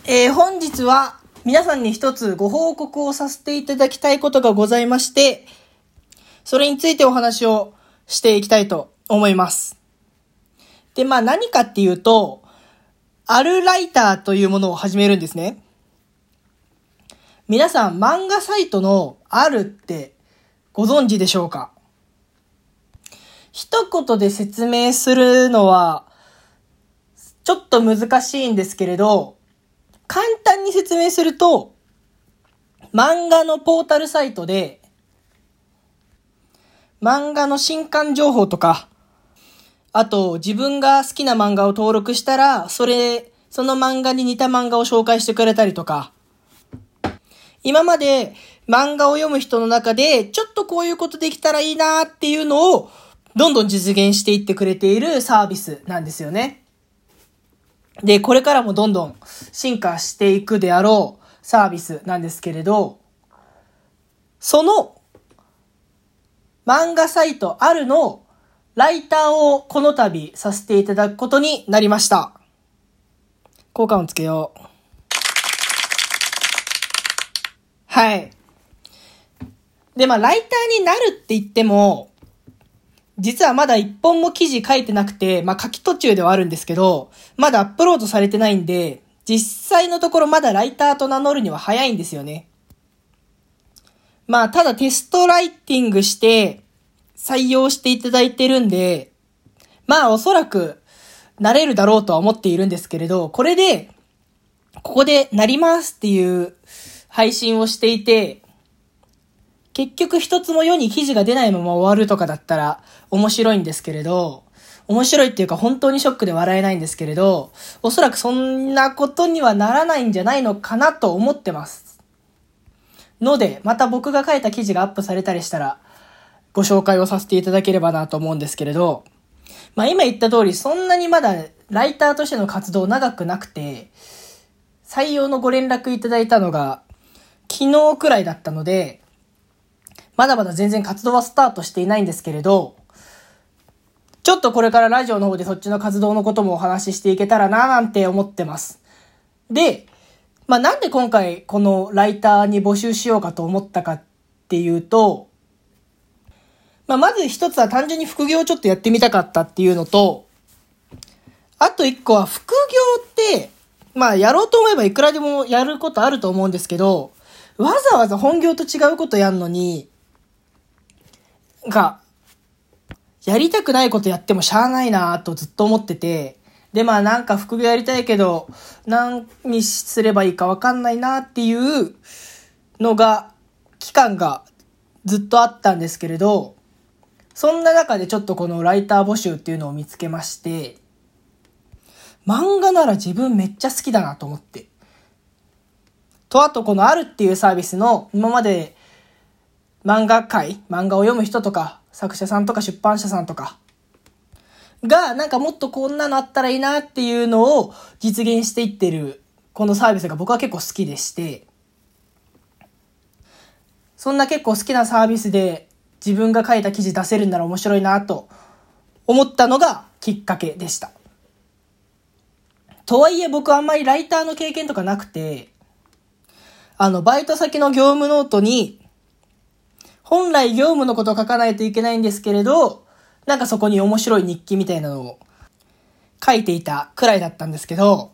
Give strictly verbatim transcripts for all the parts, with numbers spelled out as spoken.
えー、本日は皆さんに一つご報告をさせていただきたいことがございまして、それについてお話をしていきたいと思います。で、まあ何かっていうと、あるライターというものを始めるんですね。皆さん漫画サイトのあるってご存知でしょうか？一言で説明するのはちょっと難しいんですけれど、簡単に説明すると、漫画のポータルサイトで漫画の新刊情報とか、あと自分が好きな漫画を登録したら、それ、その漫画に似た漫画を紹介してくれたりとか、今まで漫画を読む人の中で、ちょっとこういうことできたらいいなっていうのを、どんどん実現していってくれているサービスなんですよね。で、これからもどんどん進化していくであろうサービスなんですけれど、その漫画サイトあるのライターをこの度させていただくことになりました。効果音つけよう。はい。で、まあ、ライターになるって言っても、実はまだ一本も記事書いてなくて、まあ、書き途中ではあるんですけど、まだアップロードされてないんで、実際のところまだライターと名乗るには早いんですよね。まあ、ただテストライティングして採用していただいてるんで、まあ、おそらくなれるだろうとは思っているんですけれど、これで、ここでなりますっていう配信をしていて、結局一つも世に記事が出ないまま終わるとかだったら面白いんですけれど、面白いっていうか本当にショックで笑えないんですけれど、おそらくそんなことにはならないんじゃないのかなと思ってます。ので、また僕が書いた記事がアップされたりしたら、ご紹介をさせていただければなと思うんですけれど、まあ今言った通り、そんなにまだライターとしての活動長くなくて、採用のご連絡いただいたのが昨日くらいだったので、まだまだ全然活動はスタートしていないんですけれど、ちょっとこれからラジオの方でそっちの活動のこともお話ししていけたらななんて思ってます。で、まあなんで今回このライターに募集しようかと思ったかっていうと、まあまず一つは単純に副業をちょっとやってみたかったっていうのと、あと一個は副業って、まあやろうと思えばいくらでもやることあると思うんですけど、わざわざ本業と違うことやんのに、が、やりたくないことやってもしゃあないなとずっと思ってて、でまあなんか副業やりたいけど、何すればいいかわかんないなっていうのが、期間がずっとあったんですけれど、そんな中でちょっとこのライター募集っていうのを見つけまして、漫画なら自分めっちゃ好きだなと思って。と、あとこのあるっていうサービスの今まで漫画界、漫画を読む人とか、作者さんとか出版社さんとかが、なんかもっとこんなのあったらいいなっていうのを実現していってる、このサービスが僕は結構好きでして、そんな結構好きなサービスで自分が書いた記事出せるんなら面白いなと思ったのがきっかけでした。とはいえ僕はあんまりライターの経験とかなくて、あの、バイト先の業務ノートに、本来業務のことを書かないといけないんですけれど、なんかそこに面白い日記みたいなのを書いていたくらいだったんですけど、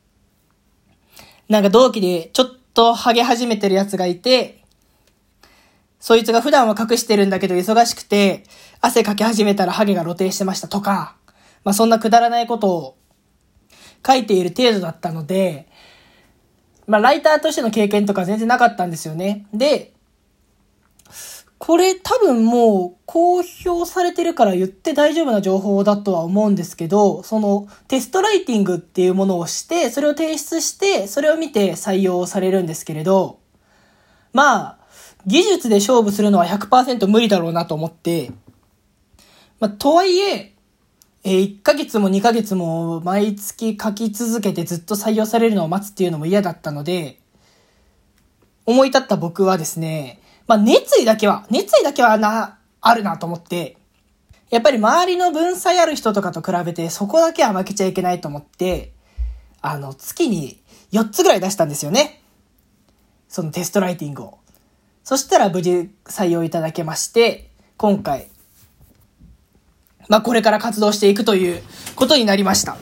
なんか同期でちょっとハゲ始めてるやつがいて、そいつが普段は隠してるんだけど忙しくて、汗かき始めたらハゲが露呈してましたとか、まあそんなくだらないことを書いている程度だったので、まあライターとしての経験とか全然なかったんですよね。で、これ多分もう公表されてるから言って大丈夫な情報だとは思うんですけど、そのテストライティングっていうものをして、それを提出して、それを見て採用されるんですけれど、まあ、技術で勝負するのは ひゃくパーセント 無理だろうなと思って、まあ、とはいえ、えー、いっかげつもにかげつも毎月書き続けてずっと採用されるのを待つっていうのも嫌だったので、思い立った僕はですね、まあ熱意だけは、熱意だけはな、あるなと思って、やっぱり周りの文才ある人とかと比べてそこだけは負けちゃいけないと思って、 あの、月によっつぐらい出したんですよね。そのテストライティングを。そしたら無事採用いただけまして、今回、まあこれから活動していくということになりました。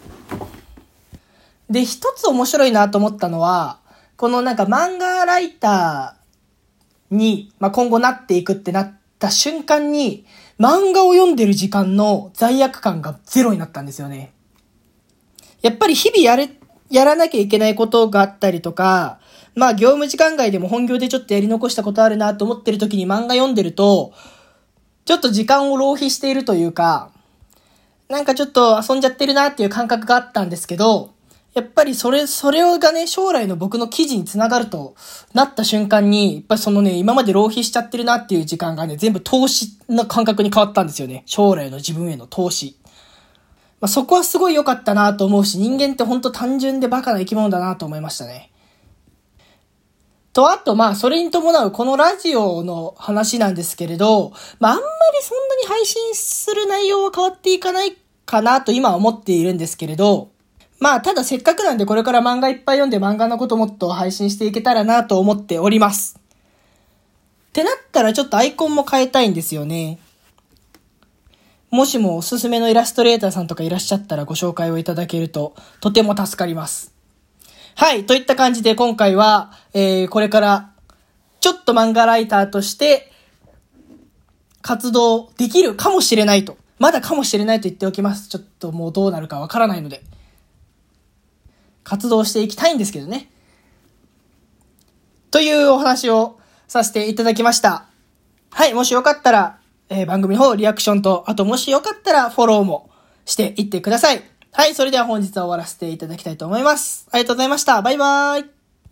で、一つ面白いなと思ったのは、このなんか漫画ライターに、まあ、今後なっていくってなった瞬間に、漫画を読んでる時間の罪悪感がゼロになったんですよね。やっぱり日々やれ、やらなきゃいけないことがあったりとか、まあ業務時間外でも本業でちょっとやり残したことあるなと思ってる時に漫画読んでると、ちょっと時間を浪費しているというか、なんかちょっと遊んじゃってるなっていう感覚があったんですけど、やっぱりそれ、それがね、将来の僕の記事につながるとなった瞬間に、やっぱりそのね、今まで浪費しちゃってるなっていう時間がね、全部投資の感覚に変わったんですよね。将来の自分への投資。まあ、そこはすごい良かったなと思うし、人間ってほんと単純でバカな生き物だなと思いましたね。と、あと、まあ、それに伴うこのラジオの話なんですけれど、まあ、あんまりそんなに配信する内容は変わっていかないかなと今は思っているんですけれど、まあ、ただせっかくなんでこれから漫画いっぱい読んで漫画のこともっと配信していけたらなと思っております。ってなったらちょっとアイコンも変えたいんですよね。もしもおすすめのイラストレーターさんとかいらっしゃったらご紹介をいただけるととても助かります。はい、といった感じで今回は、えー、これからちょっと漫画ライターとして活動できるかもしれないと。まだかもしれないと言っておきます。ちょっともうどうなるかわからないので。活動していきたいんですけどね。というお話をさせていただきました。はい、もしよかったら、えー、番組の方リアクションと、あともしよかったらフォローもしていってください。はい、それでは本日は終わらせていただきたいと思います。ありがとうございました。バイバーイ。